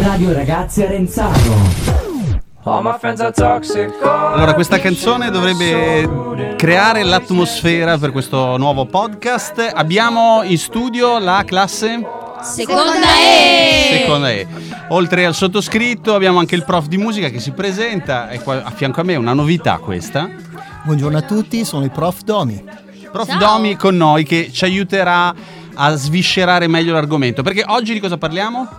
Radio Ragazzi Arenzano. Allora, questa canzone dovrebbe creare l'atmosfera per questo nuovo podcast. Abbiamo in studio la classe Seconda E. Seconda E. Oltre al sottoscritto abbiamo anche il prof di musica che si presenta. E qua a fianco a me una novità questa. Buongiorno a tutti, sono il prof Domi. Prof Ciao. Domi con noi che ci aiuterà a sviscerare meglio l'argomento. Perché oggi di cosa parliamo?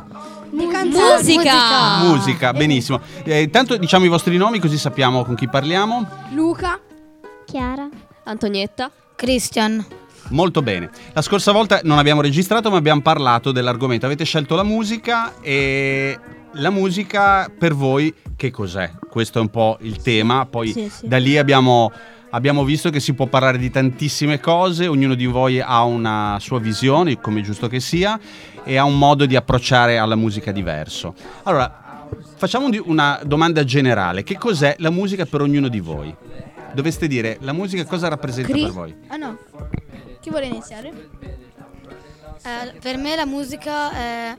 Musica, benissimo. Intanto diciamo i vostri nomi così sappiamo con chi parliamo. Luca, Chiara, Antonietta, Christian. Molto bene. La scorsa volta non abbiamo registrato ma abbiamo parlato dell'argomento. Avete scelto la musica e la musica per voi che cos'è? Questo è un po' il tema. Poi Sì. da lì abbiamo visto che si può parlare di tantissime cose. Ognuno di voi ha una sua visione, come è giusto che sia, e ha un modo di approcciare alla musica diverso. Allora, facciamo una domanda generale. Che cos'è la musica per ognuno di voi? Doveste dire la musica cosa rappresenta per voi? Ah no. Chi vuole iniziare? Per me la musica è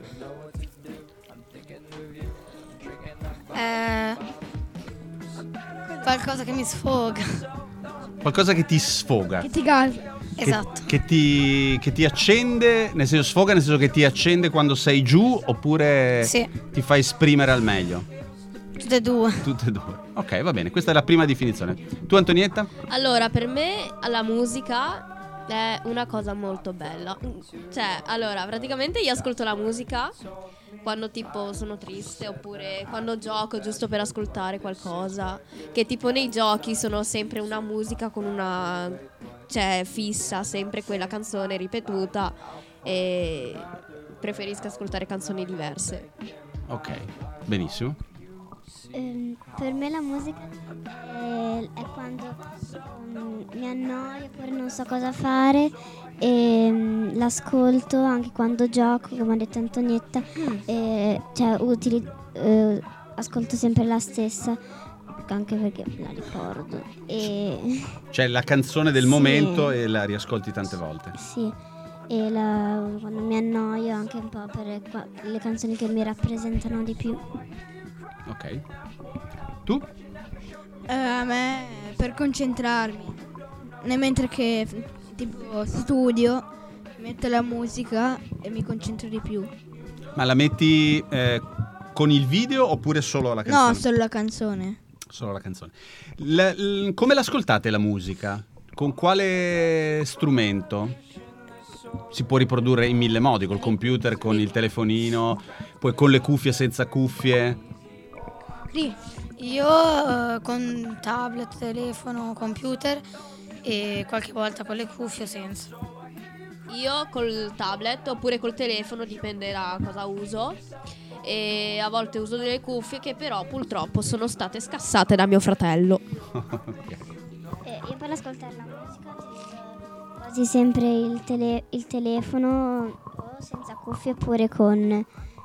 qualcosa che mi sfoga. Qualcosa che ti sfoga. Che ti gasa. Esatto. Che ti accende, nel senso sfoga, nel senso che ti accende quando sei giù oppure Sì. ti fa esprimere al meglio? Tutte e due. Tutte e due. Ok, va bene, questa è la prima definizione. Tu Antonietta? Allora, per me la musica è una cosa molto bella. Cioè, allora, praticamente io ascolto la musica quando tipo sono triste oppure quando gioco giusto per ascoltare qualcosa. Che tipo nei giochi sono sempre una musica con una, cioè fissa, sempre quella canzone ripetuta, e preferisco ascoltare canzoni diverse. Ok, benissimo. Per me la musica è quando mi annoio oppure non so cosa fare e l'ascolto anche quando gioco, come ha detto Antonietta, ascolto sempre la stessa anche perché la ricordo. Cioè la canzone del Sì. momento e la riascolti tante volte. Sì, quando mi annoio anche un po' per le canzoni che mi rappresentano di più. Ok. Tu? A me per concentrarmi. Mentre che tipo studio, metto la musica e mi concentro di più. Ma la metti con il video oppure solo la canzone? No, solo la canzone. Solo la canzone. Come l'ascoltate la musica? Con quale strumento? Si può riprodurre in mille modi, col computer, con il telefonino, poi con le cuffie, senza cuffie. Sì, io con tablet, telefono, computer e qualche volta con le cuffie senza. Io col tablet oppure col telefono, dipende da cosa uso. E a volte uso delle cuffie che però purtroppo sono state scassate da mio fratello. Io per ascoltare la musica utilizzo quasi sempre il telefono o senza cuffie oppure con...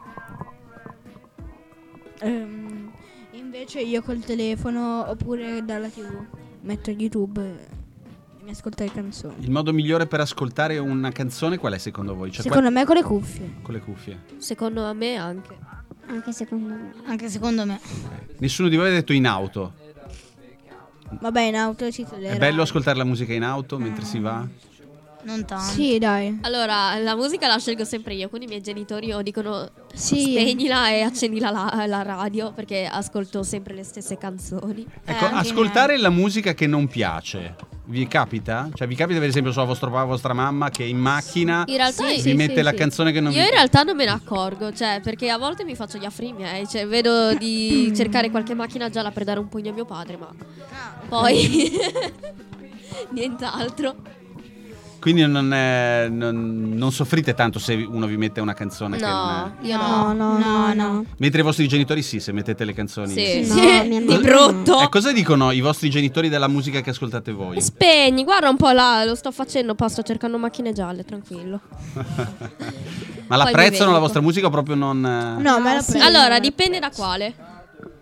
Invece io col telefono oppure dalla TV metto YouTube e mi ascolto le canzoni. Il modo migliore per ascoltare una canzone qual è secondo voi? Cioè, Secondo me con le cuffie. con le cuffie. Secondo me anche. Anche secondo me. Anche secondo me. Nessuno di voi ha detto in auto. Vabbè, in auto ci È bello ascoltare la musica in auto mentre si va? Non tanto. Sì, dai. Allora, la musica la scelgo sempre io, quindi i miei genitori dicono Sì. spegnila e accendi la radio, perché ascolto sempre le stesse canzoni. Ecco, anche ascoltare la musica che non piace, vi capita? Cioè vi capita per esempio sua vostro papà, vostra mamma che in macchina In realtà vi mette la canzone che non io vi in realtà non me ne accorgo, cioè perché a volte mi faccio gli affari miei, cioè vedo di cercare qualche macchina gialla per dare un pugno a mio padre, ma poi nient'altro. Quindi non soffrite tanto se uno vi mette una canzone che non No, è... io no. No. Mentre i vostri genitori sì, se mettete le canzoni. Sì, No, sì, mia di mamma brutto. Cosa dicono i vostri genitori della musica che ascoltate voi? Spegni, guarda un po' là, lo sto facendo, sto cercando macchine gialle, tranquillo. Ma l'apprezzano mi vendico. la vostra musica o proprio non... No, me la prendo. Allora, dipende da quale.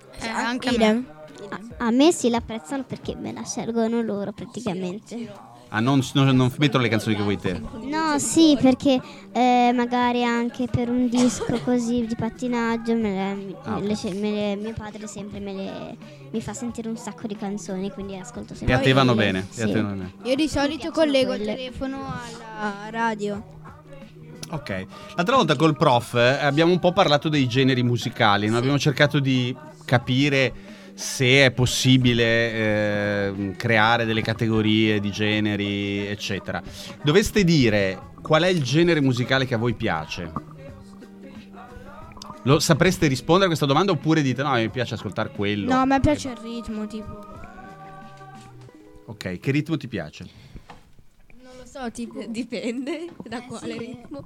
Anche a me. Idem. A me sì l'apprezzano perché me la scelgono loro praticamente. non mettono le canzoni che vuoi te. No, sì, perché magari anche per un disco così di pattinaggio mio padre sempre mi fa sentire un sacco di canzoni, quindi ascolto sempre. E a te vanno bene? Sì. E a te vanno bene. Io di solito collego il quelle. telefono alla radio. Ok, l'altra volta col prof abbiamo un po' parlato dei generi musicali, no? Abbiamo cercato di capire se è possibile creare delle categorie di generi, eccetera. Doveste dire qual è il genere musicale che a voi piace? Lo sapreste rispondere a questa domanda oppure dite no, mi piace ascoltare quello? No, a me piace il ritmo, tipo. Ok, che ritmo ti piace? Non lo so, tipo. Dipende da quale ritmo.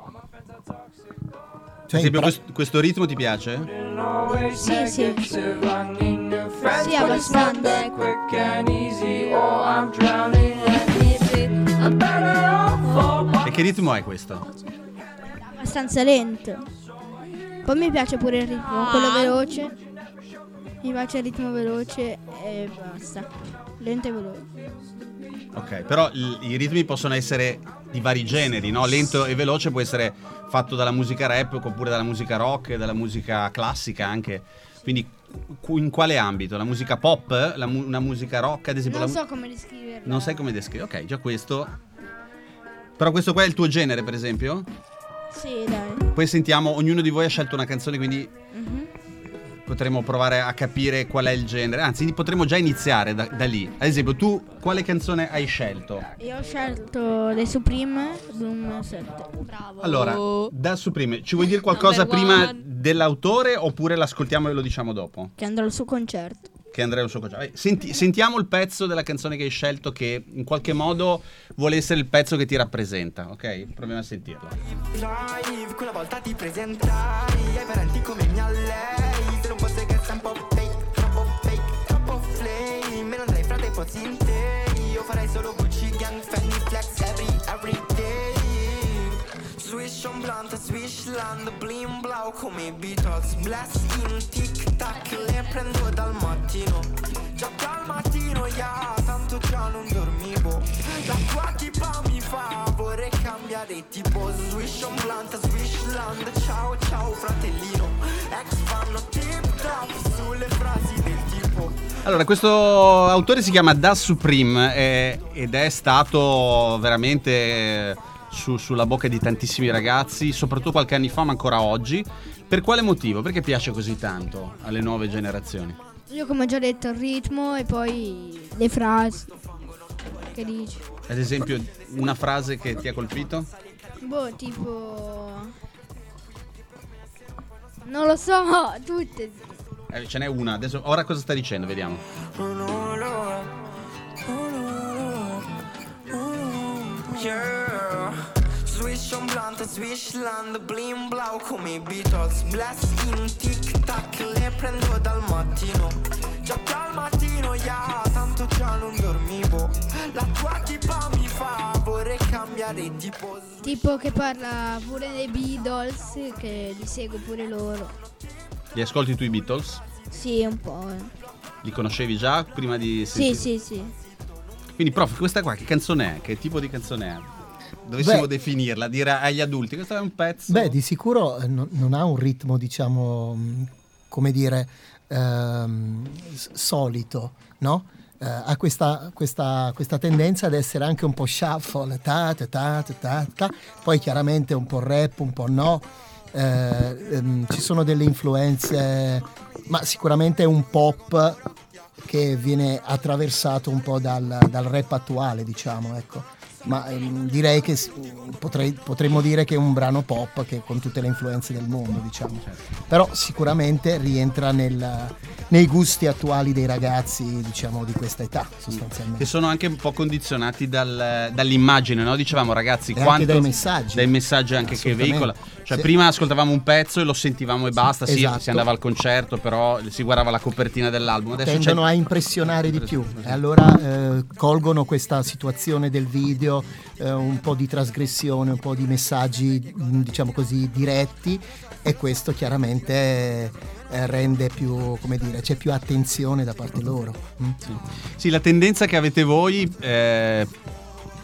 Ad esempio questo ritmo ti piace? Sì, sì. Sì, abbastanza. E che ritmo è questo? Abbastanza lento. Poi mi piace pure il ritmo, quello veloce. Mi piace il ritmo veloce e basta. Lento e veloce. Ok, però i ritmi possono essere di vari generi, no? Lento e veloce può essere fatto dalla musica rap oppure dalla musica rock, dalla musica classica anche. Quindi in quale ambito? La musica pop? Una musica rock ad esempio? Non so come descriverla. Non sai come descrivere? Ok, già questo. Però questo qua è il tuo genere, per esempio? Sì, dai. Poi sentiamo, ognuno di voi ha scelto una canzone, quindi potremo provare a capire qual è il genere. Anzi, potremo già iniziare da lì. Ad esempio, tu quale canzone hai scelto? Io ho scelto le Supreme Doom 7. Bravo. Allora, da Supreme, ci vuoi dire qualcosa Number prima one. dell'autore oppure l'ascoltiamo e lo diciamo dopo? Che andrà al suo concerto. Che andrei al suo concerto. Sentiamo il pezzo della canzone che hai scelto che in qualche modo vuole essere il pezzo che ti rappresenta, ok? Proviamo a sentirlo. Live, quella volta ti presentai ai parenti come mia lei. Se non fosse che sei un po' fake, troppo flame. Me ne andrei fra te pozzi in te. Io farei solo Gucci Gang, Fendi, Flex every day. Swish on blunt, swish land, blim blau come i Beatles. Bless in tic tac, le prendo dal mattino. Già dal mattino, yeah, tanto già non dormivo. La tua tipa mi fa, vorrei cambiare tipo. Swish on blunt, swish land, ciao ciao fratellino. Ex fanno tip top sulle frasi del tipo. Allora, questo autore si chiama Da Supreme ed è stato veramente sulla bocca di tantissimi ragazzi, soprattutto qualche anno fa, ma ancora oggi. Per quale motivo? Perché piace così tanto alle nuove generazioni? Io come ho già detto il ritmo e poi le frasi che dici. Ad esempio, una frase che ti ha colpito? Boh, tipo... Non lo so, tutte. Ce n'è una. Adesso, ora cosa sta dicendo? Vediamo. Yeah. Swish on blunt, swish land, blim blau come i Beatles. Bless in tic tac, le prendo dal mattino. Già dal mattino, yeah, tanto già non dormivo. La tua tipa mi fa, vorrei cambiare tipo. Tipo che parla pure dei Beatles, che li seguo pure loro. Li ascolti tu i Beatles? Sì, un po'. Li conoscevi già prima di Sì, sentire? sì. Quindi, prof, questa qua che canzone è? Che tipo di canzone è? Dovessimo definirla, dire agli adulti, questo è un pezzo... Beh, di sicuro non ha un ritmo, diciamo, come dire, solito, no? Ha questa tendenza ad essere anche un po' shuffle, poi chiaramente un po' rap, un po' no. Ci sono delle influenze, ma sicuramente è un pop che viene attraversato un po' dal rap attuale, diciamo, ecco. Ma direi che potremmo dire che è un brano pop che con tutte le influenze del mondo, diciamo. Però sicuramente rientra nei gusti attuali dei ragazzi, diciamo, di questa età, sostanzialmente. Che sono anche un po' condizionati dall'immagine, no? Dicevamo, ragazzi, E anche dai messaggi anche che Assolutamente. veicola. Cioè, Sì. prima ascoltavamo un pezzo e lo sentivamo e basta. Sì, Esatto. si andava al concerto, però si guardava la copertina dell'album. Adesso Tendono c'è... a impressionare di più e allora colgono questa situazione del video, un po' di trasgressione, un po' di messaggi, diciamo così, diretti, e questo chiaramente rende più, come dire, c'è più attenzione da parte loro. Sì, la tendenza che avete voi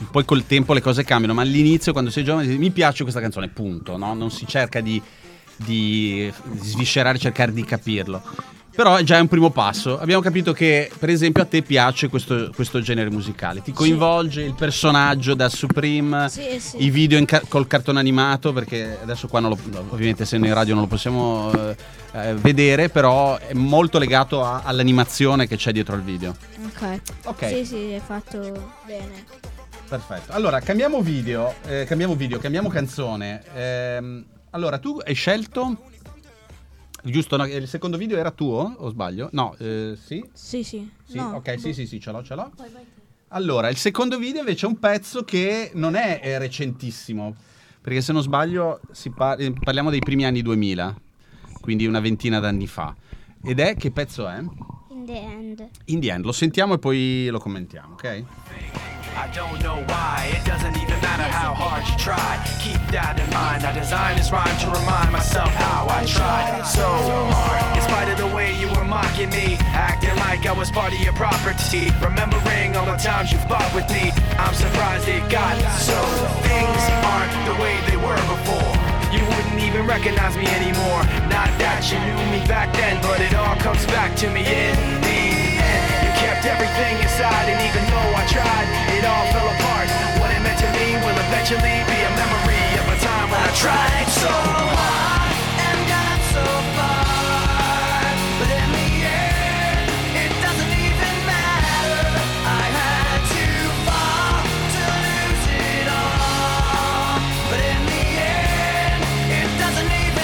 poi col tempo le cose cambiano, ma all'inizio quando sei giovane mi piace questa canzone, punto, no? Non si cerca di sviscerare, cercare di capirlo. Però è già un primo passo. Abbiamo capito che, per esempio, a te piace questo genere musicale. Ti coinvolge il personaggio da Supreme, i video col cartone animato, perché adesso qua ovviamente essendo in radio non lo possiamo vedere, però è molto legato all'animazione che c'è dietro al video. Ok. Sì, è fatto bene. Perfetto. Allora, cambiamo canzone. Allora, tu hai scelto... Giusto, no? Il secondo video era tuo o sbaglio? No, sì? Sì. No, ok, sì, ce l'ho. Vai. Allora, il secondo video invece è un pezzo che non è recentissimo, perché se non sbaglio parliamo dei primi anni 2000, quindi una ventina d'anni fa. Ed è, che pezzo è? In the End. Lo sentiamo e poi lo commentiamo, ok? I don't know why, it doesn't even matter how hard you try. Keep that in mind, I designed this rhyme to remind myself how I tried so hard. In spite of the way you were mocking me, acting like I was part of your property. Remembering all the times you fought with me, I'm surprised it got so. Things aren't the way they were before. You wouldn't even recognize me anymore. Not that you knew me back then, but it all comes back to me in the end. You kept everything inside, and even though I tried, it all fell apart. What it meant to me will eventually be a memory of a time when I tried so hard and got so far. But in the end, it doesn't even matter. I had to fall to lose it all. But in the end, it doesn't even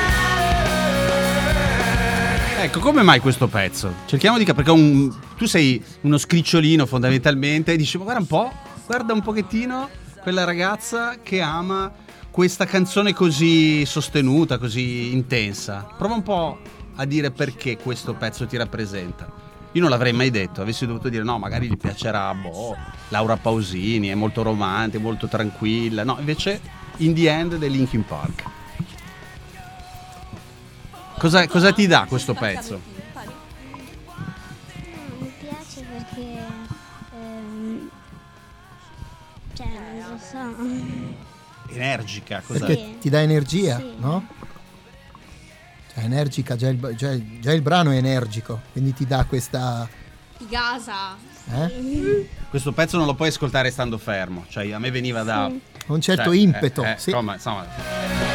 matter. Ecco, come mai questo pezzo? Cerchiamo di capire, perché tu sei uno scricciolino fondamentalmente e dici, ma guarda un pochettino quella ragazza che ama questa canzone così sostenuta, così intensa. Prova un po' a dire perché questo pezzo ti rappresenta. Io non l'avrei mai detto, avessi dovuto dire no, magari gli piacerà Laura Pausini, è molto romantica, molto tranquilla. No, invece In the End dei Linkin Park. Cosa ti dà questo pezzo? Mi piace perché non lo so. Energica, perché ti dà energia, sì. No? Cioè, energica, già il brano è energico, quindi ti dà questa... Ti gasa. Questo pezzo non lo puoi ascoltare stando fermo, cioè a me veniva da... un certo impeto, sì. Insomma,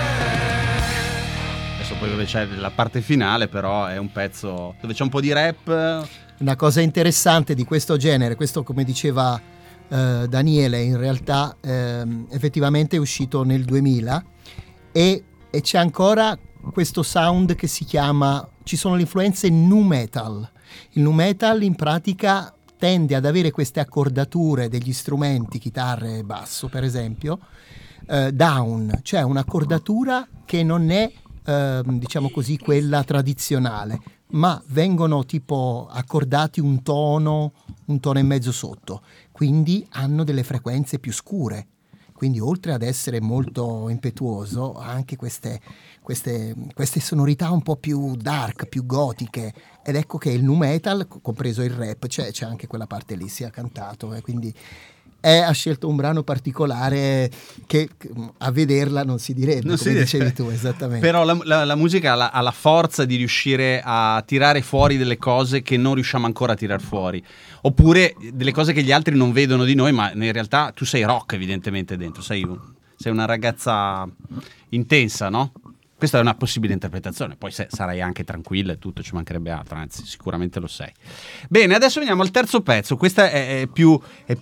adesso poi dove c'è la parte finale, però è un pezzo dove c'è un po' di rap. Una cosa interessante di questo genere, questo come diceva Daniele, in realtà effettivamente è uscito nel 2000 e c'è ancora questo sound che si chiama, ci sono le influenze nu metal. Il nu metal in pratica tende ad avere queste accordature degli strumenti, chitarre e basso per esempio, down, cioè un'accordatura che non è diciamo così quella tradizionale, ma vengono tipo accordati un tono e mezzo sotto, quindi hanno delle frequenze più scure, quindi oltre ad essere molto impetuoso ha anche queste sonorità un po' più dark, più gotiche, ed ecco che il nu metal, compreso il rap, c'è anche quella parte lì, sia cantato, quindi ha scelto un brano particolare che a vederla non si direbbe, come dicevi tu, esattamente. Però la musica ha la forza di riuscire a tirare fuori delle cose che non riusciamo ancora a tirar fuori, oppure delle cose che gli altri non vedono di noi, ma in realtà tu sei rock evidentemente dentro, sei una ragazza intensa, no? Questa è una possibile interpretazione, poi sarai anche tranquilla e tutto, ci mancherebbe altro, anzi sicuramente lo sei. Bene, adesso veniamo al terzo pezzo, questa è più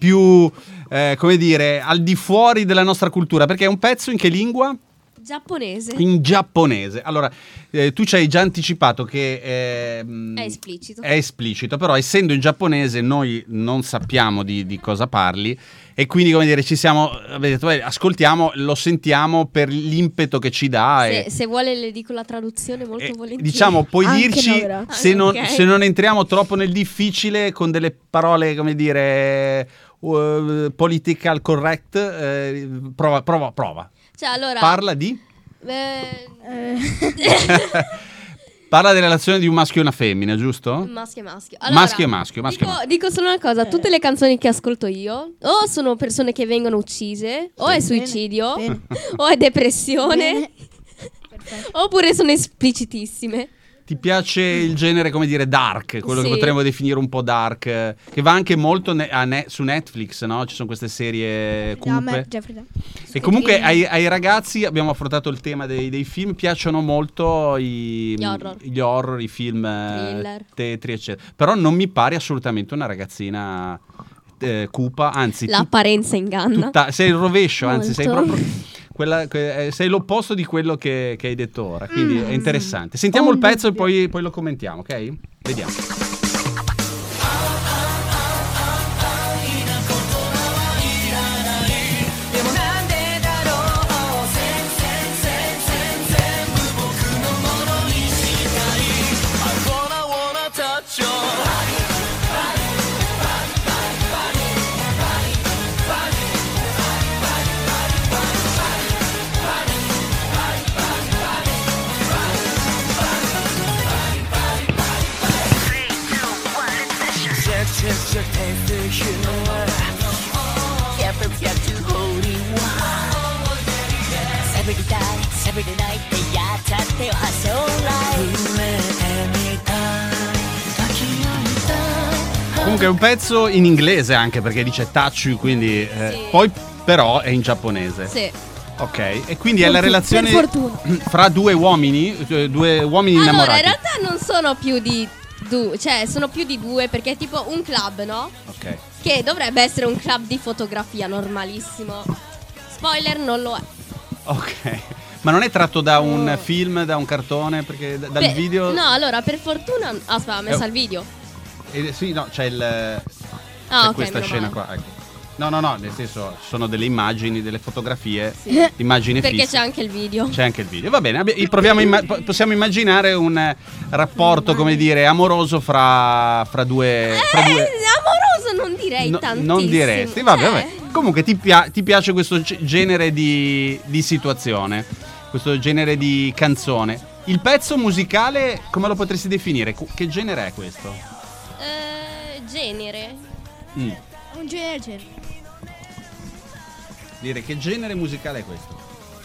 come dire, al di fuori della nostra cultura, perché è un pezzo in che lingua? Giapponese. In giapponese. Allora, tu ci hai già anticipato che è esplicito. È esplicito, però essendo in giapponese noi non sappiamo di cosa parli e quindi, come dire, ci siamo detto, ascoltiamo, lo sentiamo per l'impeto che ci dà. Se vuole le dico la traduzible molto volentieri. Diciamo, puoi Anche dirci se non entriamo troppo nel difficile con delle parole, come dire, political correct, prova. Cioè, allora, parla di Parla della relazione di un maschio e una femmina, giusto? Maschio e maschio. Maschio e maschio. Dico solo una cosa, tutte le canzoni che ascolto io o sono persone che vengono uccise, o è suicidio, o è depressione, oppure sono esplicitissime. Ti piace il genere, come dire, dark, quello Sì. che potremmo definire un po' dark, che va anche molto su Netflix, no? Ci sono queste serie cupe. E comunque ai ragazzi, abbiamo affrontato il tema dei film, piacciono molto gli horror, i film Thriller. tetri, eccetera. Però non mi pare assolutamente una ragazzina cupa, anzi L'apparenza inganna. sei il rovescio, anzi sei Molto. proprio sei l'opposto di quello che hai detto ora, quindi è interessante. Sentiamo il pezzo e poi lo commentiamo, ok? Vediamo. Comunque è un pezzo in inglese anche perché dice touch you, quindi poi però è in giapponese. Sì. Ok, e quindi è la relazione per fortuna. fra due uomini Allora, innamorati. in realtà non sono più di due, cioè sono più di due perché è tipo un club, no? Ok. Che dovrebbe essere un club di fotografia normalissimo. Spoiler, non lo è. Ok. Ma non è tratto da un film, da un cartone, perché dal video. No, allora, per fortuna. Aspetta, ha messo il video. Sì, no, c'è c'è ok, questa meno scena male. qua. Ecco. No, nel senso, sono delle immagini, delle fotografie, Sì. immagini Perché fisse. c'è anche il video. C'è anche il video. Va bene, possiamo immaginare un rapporto, come dire, amoroso fra due. Amoroso non direi tantissimo. Non diresti, vabbè. Comunque ti piace questo genere di situazione, questo genere di canzone. Il pezzo musicale, come lo potresti definire? Che genere è questo? Genere. Un genere. Dire che genere musicale è questo?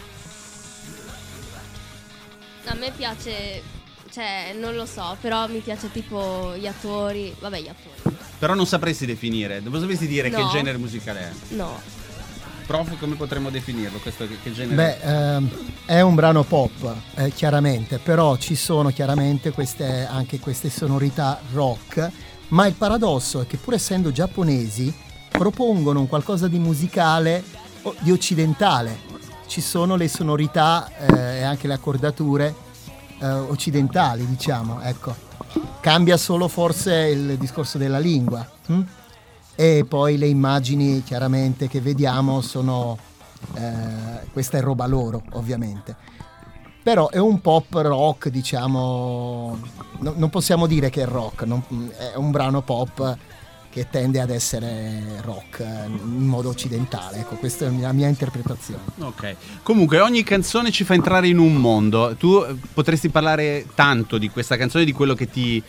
A me piace, cioè, non lo so, però mi piace tipo gli attori. Vabbè, gli attori. Però non sapresti definire, non sapresti dire No. che genere musicale è. No. Prof, come potremmo definirlo? Questo che genere è? È un brano pop, chiaramente, però ci sono chiaramente anche queste sonorità rock, ma il paradosso è che pur essendo giapponesi propongono un qualcosa di musicale, di occidentale. Ci sono le sonorità e anche le accordature occidentali, diciamo, ecco. Cambia solo forse il discorso della lingua. E poi le immagini chiaramente che vediamo sono questa è roba loro, ovviamente, però è un pop rock, diciamo. Non possiamo dire che è rock, è un brano pop che tende ad essere rock in modo occidentale, ecco, questa è la mia interpretazione. Ok, comunque ogni canzone ci fa entrare in un mondo. Tu potresti parlare tanto di questa canzone, di quello che ti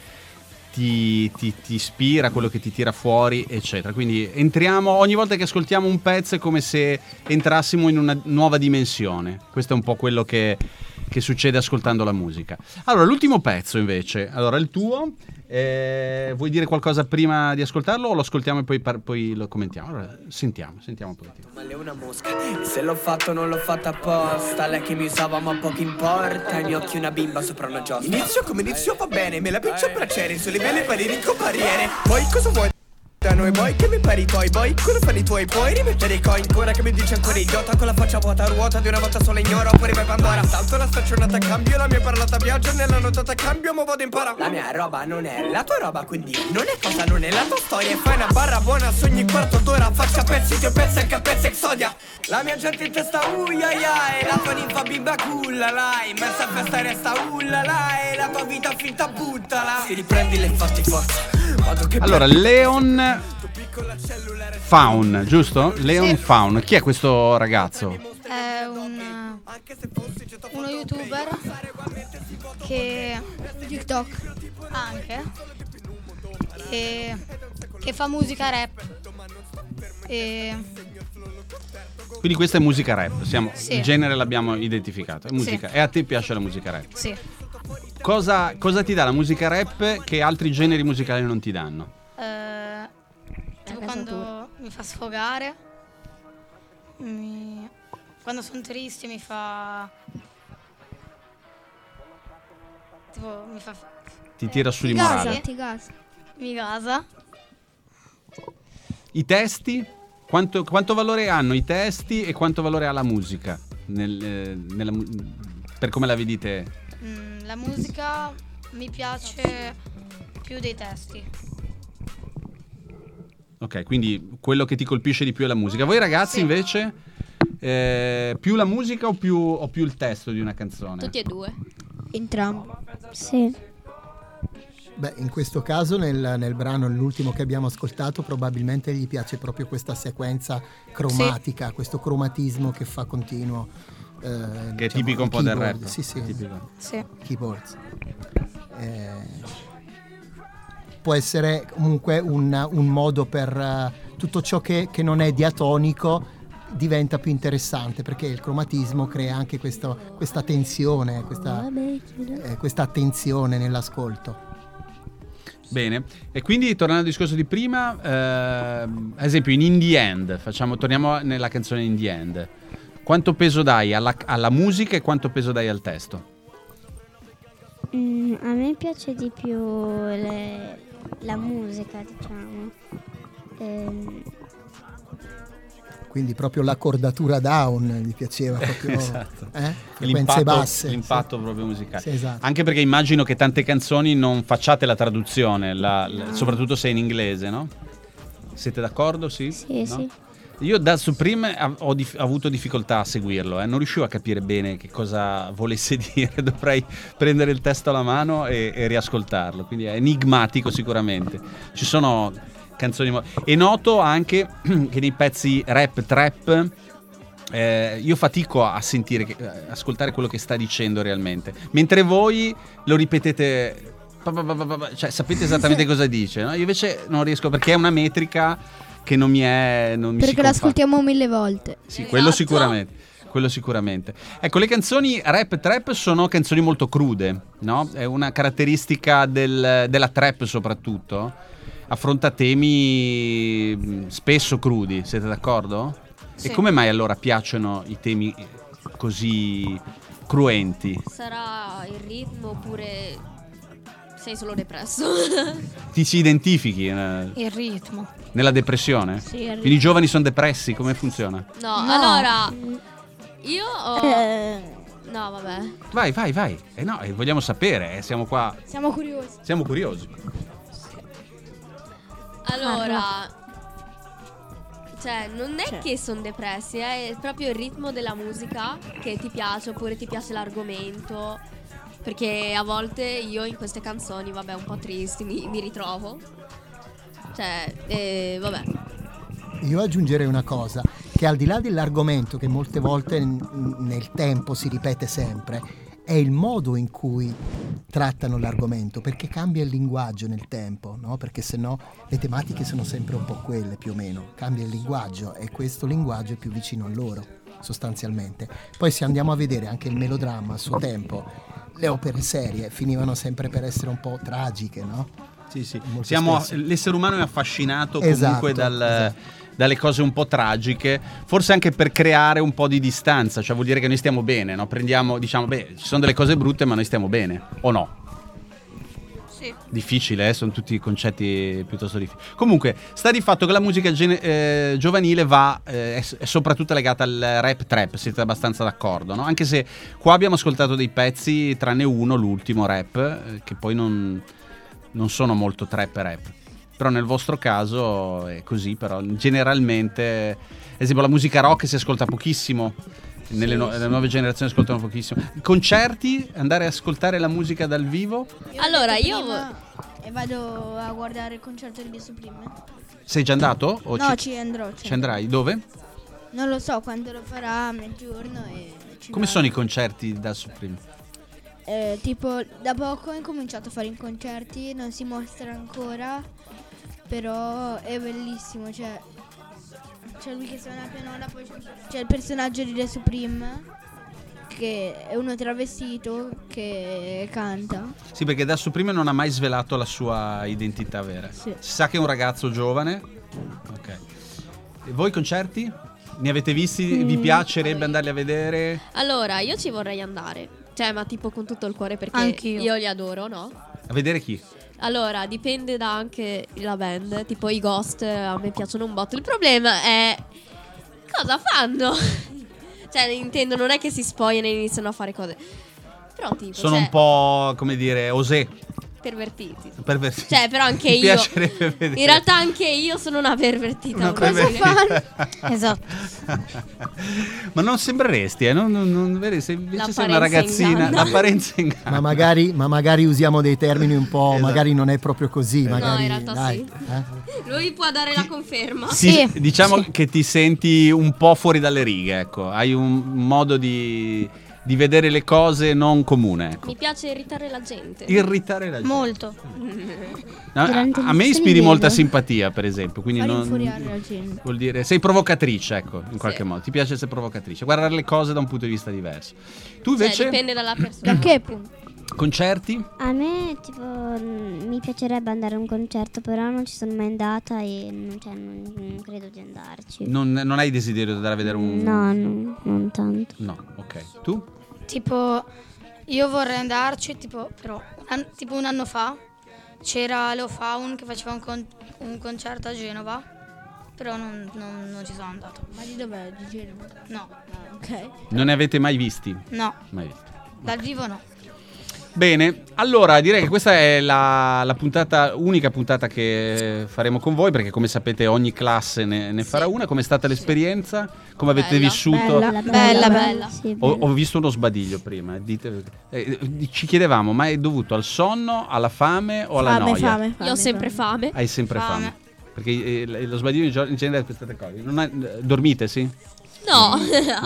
ispira, quello che ti tira fuori, eccetera. Quindi entriamo, ogni volta che ascoltiamo un pezzo è come se entrassimo in una nuova dimensione. Questo è un po' quello che succede ascoltando la musica. Allora, l'ultimo pezzo invece, allora il tuo, vuoi dire qualcosa prima di ascoltarlo o lo ascoltiamo e poi lo commentiamo? Allora, sentiamo un pochettino. Ma lei è una mosca, se l'ho fatto non l'ho fatto apposta. Lei che mi usava ma poco importa. I miei occhi una bimba sopra una giostra. Inizio come inizio va bene, me la piccio a piacere. Su livelli pari con barriere. Poi cosa vuoi? Da noi boy che mi pari i tuoi boy. Cosa fanno i tuoi? Puoi rimettere i coin? Ora che mi dici ancora idiota, con la faccia vuota a ruota di una volta sola ignoro. Oppure vai Pandora. Salto la staccionata a cambio, la mia parlata viaggio, nella notata cambio, ma vado in para. La mia roba non è la tua roba, quindi non è cosa, non è la tua storia. E fai una barra buona, sogni quarto d'ora. Faccia pezzi, ti pezzi anche a pezzi exodia. La mia gente in testa uiaiai. La tua ninfa bimba culla lai. Mezza festa resta ullala. E la tua vita finta buttala. Si riprendi le fatti forza. Allora, Leon Faun, giusto? Leon Faun. Chi è questo ragazzo? È uno youtuber. che TikTok. anche che fa musica rap. Quindi questa è musica rap, Sì. il genere l'abbiamo identificato, è musica. Sì. E a te piace la musica rap? Sì. Cosa ti dà la musica rap che altri generi musicali non ti danno? Tipo quando mi fa sfogare, quando sono triste mi fa Ti tira su di Ti morale. gasa, ti gasa. mi gasa. I testi? Quanto valore hanno i testi e quanto valore ha la musica? Per come la vedi te? La musica mi piace più dei testi. Ok, quindi quello che ti colpisce di più è la musica. Voi ragazzi Sì. invece, più la musica o più il testo di una canzone? Tutti e due. Entrambi. Sì. Beh, in questo caso nel brano, l'ultimo che abbiamo ascoltato, probabilmente gli piace proprio questa sequenza cromatica, questo cromatismo che fa continuo. Che è tipico un po' del rap. Sì, sì. Tipico. Sì. Keyboards. Può essere comunque un modo per tutto ciò che non è diatonico diventa più interessante, perché il cromatismo crea anche questa tensione, questa attenzione nell'ascolto. Bene, e quindi tornando al discorso di prima, ad esempio in In The End, torniamo nella canzone In The End. Quanto peso dai alla musica e quanto peso dai al testo? A me piace di più la musica, diciamo. Quindi proprio l'accordatura down gli piaceva proprio, Esatto. Frequenze basse. L'impatto proprio musicale. Sì, esatto. Anche perché immagino che tante canzoni non facciate la traduzione, soprattutto se è in inglese, no? Siete d'accordo? Sì? Sì, No? sì. Io da Supreme ho avuto difficoltà a seguirlo, non riuscivo a capire bene che cosa volesse dire, dovrei prendere il testo alla mano e riascoltarlo, quindi è enigmatico sicuramente. Ci sono canzoni e noto anche che nei pezzi rap trap io fatico a sentire, ascoltare quello che sta dicendo realmente, mentre voi lo ripetete, cioè sapete esattamente cosa dice, no? Io invece non riesco, perché è una metrica che non mi Perché l'ascoltiamo 1000 volte. Sì, Esatto. quello sicuramente. Ecco, le canzoni rap trap sono canzoni molto crude, no? È una caratteristica della trap soprattutto. Affronta temi spesso crudi, siete d'accordo? Sì. E come mai allora piacciono i temi così cruenti? Sarà il ritmo oppure sei solo depresso? Ti ci identifichi Il ritmo. nella depressione? Sì, Quindi i giovani sono depressi, come funziona? No, allora io ho... No, vabbè. Vai. No, vogliamo sapere, siamo qua, Siamo curiosi. siamo curiosi. Allora, cioè, non è che sono depressi, è proprio il ritmo della musica che ti piace, oppure ti piace l'argomento. Perché a volte io in queste canzoni, vabbè, un po' tristi, mi ritrovo. Cioè, vabbè. Io aggiungerei una cosa, che al di là dell'argomento che molte volte nel tempo si ripete sempre, è il modo in cui trattano l'argomento, perché cambia il linguaggio nel tempo, no? Perché sennò le tematiche sono sempre un po' quelle più o meno, cambia il linguaggio e questo linguaggio è più vicino a loro sostanzialmente. Poi se andiamo a vedere anche il melodramma a suo tempo, le opere serie finivano sempre per essere un po' tragiche, no? Sì. Molto spesso. L'essere umano è affascinato Esatto, comunque esatto. dalle cose un po' tragiche, forse anche per creare un po' di distanza, cioè vuol dire che noi stiamo bene, no? Diciamo, ci sono delle cose brutte ma noi stiamo bene, o no? Sì. Difficile, sono tutti concetti piuttosto difficili. Comunque, sta di fatto che la musica giovanile è soprattutto legata al rap trap, siete abbastanza d'accordo, no? Anche se qua abbiamo ascoltato dei pezzi, tranne uno, l'ultimo rap, che poi non sono molto trap e rap. Però nel vostro caso è così, però generalmente, ad esempio la musica rock si ascolta pochissimo, le nuove generazioni ascoltano pochissimo. Concerti, andare a ascoltare la musica dal vivo? Allora, io... E vado a guardare il concerto di Supreme. Sei già andato? O No, ci andrò. ci andrai? Dove? Non lo so quando lo farà a mezzogiorno e Come sono i concerti da Supreme? tipo da poco ho incominciato a fare i concerti, non si mostra ancora, però è bellissimo, c'è lui che suona la pianola, poi c'è il personaggio di The Supreme che è uno travestito che canta. Sì, perché da Supreme non ha mai svelato la sua identità vera. Sì. Si sa che è un ragazzo giovane. Ok. E voi concerti? Ne avete visti? Vi piacerebbe andarli a vedere? Allora, io ci vorrei andare. Cioè, ma tipo con tutto il cuore, perché Anch'io. io li adoro, no? A vedere chi? Allora, dipende da anche la band. Tipo i Ghost a me piacciono un botto. Il problema è cosa fanno? Cioè, intendo, non è che si spogliano e iniziano a fare cose. Però tipo Sono un po', come dire, osè. pervertiti. Pervertiti. Cioè, però anche Mi io. piacerebbe vedere. In realtà anche io sono una pervertita. Una vorrei pervertita. dire. Esatto. Ma non sembreresti, non vedi? Se invece sei una L'apparenza ragazzina, inganna. l'apparenza inganna. Ma magari usiamo dei termini un po', Esatto. magari non è proprio così. No, Magari, in realtà dai, sì. Lui può dare la conferma. Sì, diciamo che ti senti un po' fuori dalle righe, ecco. Hai un modo di vedere le cose non comune, ecco. Mi piace irritare la gente. Irritare la gente. Molto. No, Durante a le me lezioni ispiri vedo. molta simpatia, per esempio, quindi Far non infuriare la gente. vuol dire sei provocatrice, ecco, in qualche modo. Ti piace essere provocatrice, guardare le cose da un punto di vista diverso. Tu Cioè, invece dipende dalla persona. Da che punto? concerti? A me tipo mi piacerebbe andare a un concerto, però non ci sono mai andata e non credo di andarci. Non hai desiderio di andare a vedere un No, non tanto. No, ok. Tu? Tipo, io vorrei andarci, tipo, però tipo un anno fa c'era Leo Faun che faceva un concerto a Genova, però non ci sono andato. Ma di dov'è? Di Genova? No, Ok. Non ne avete mai visti? no, Mai visti. dal vivo no. Bene, allora direi che questa è la puntata, unica puntata che faremo con voi, perché come sapete ogni classe ne farà una. Com'è stata l'esperienza? Come avete Bella. vissuto? Bella. Sì, Ho visto uno sbadiglio prima. Ci chiedevamo, ma è dovuto al sonno, alla fame o alla noia? Fame. Io ho sempre fame. Hai sempre fame. Fame. Perché lo sbadiglio in genere è queste cose. Dormite, sì? No.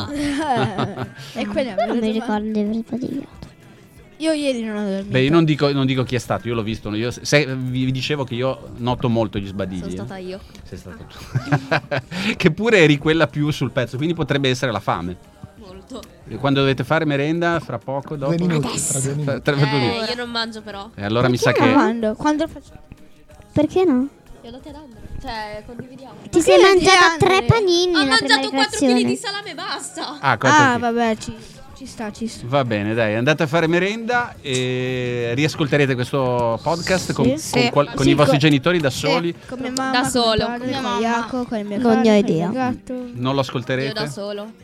E quella non mi ricordo di aver sbadigliato. Io ieri non ho dormito. Beh, io non dico chi è stato, io l'ho visto. Vi dicevo che io noto molto gli sbadigli. Sono stata io. Sei stata tu. Che pure eri quella più sul pezzo, quindi potrebbe essere la fame. Molto. E quando dovete fare merenda, fra poco, dopo? 2 minuti, tra 2 minuti. Tra 2 minuti. Io non mangio però. E allora mi sa che... Quando lo faccio? Perché no? Io lo te Andrea. Cioè, condividiamo. Ti sei che mangiata Andre? 3 panini Ho la prima mangiato 4 kg lezione. di salame e basta. Ah, Vabbè, ci sta. Va bene, dai, andate a fare merenda e riascolterete questo podcast con Sì. con i vostri genitori da soli. Con mia mamma, Da solo. con mio padre, Mia con mamma. Jaco, con il mio Non cane, ne ho con il idea. mio gatto. Non lo ascolterete? Io da solo.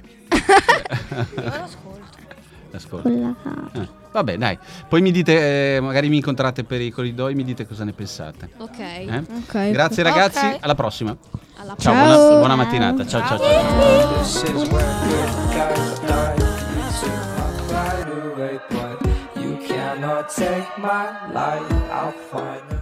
Ascolto. Con la casa. Vabbè, dai. Poi mi dite, magari mi incontrate per i corridoi, mi dite cosa ne pensate. Ok. Ok. Grazie ragazzi, Ok. alla prossima. Alla Ciao, Ciao. buona mattinata. Ciao. This is where good guys die. Easy, right away, but you cannot take my life. I'll find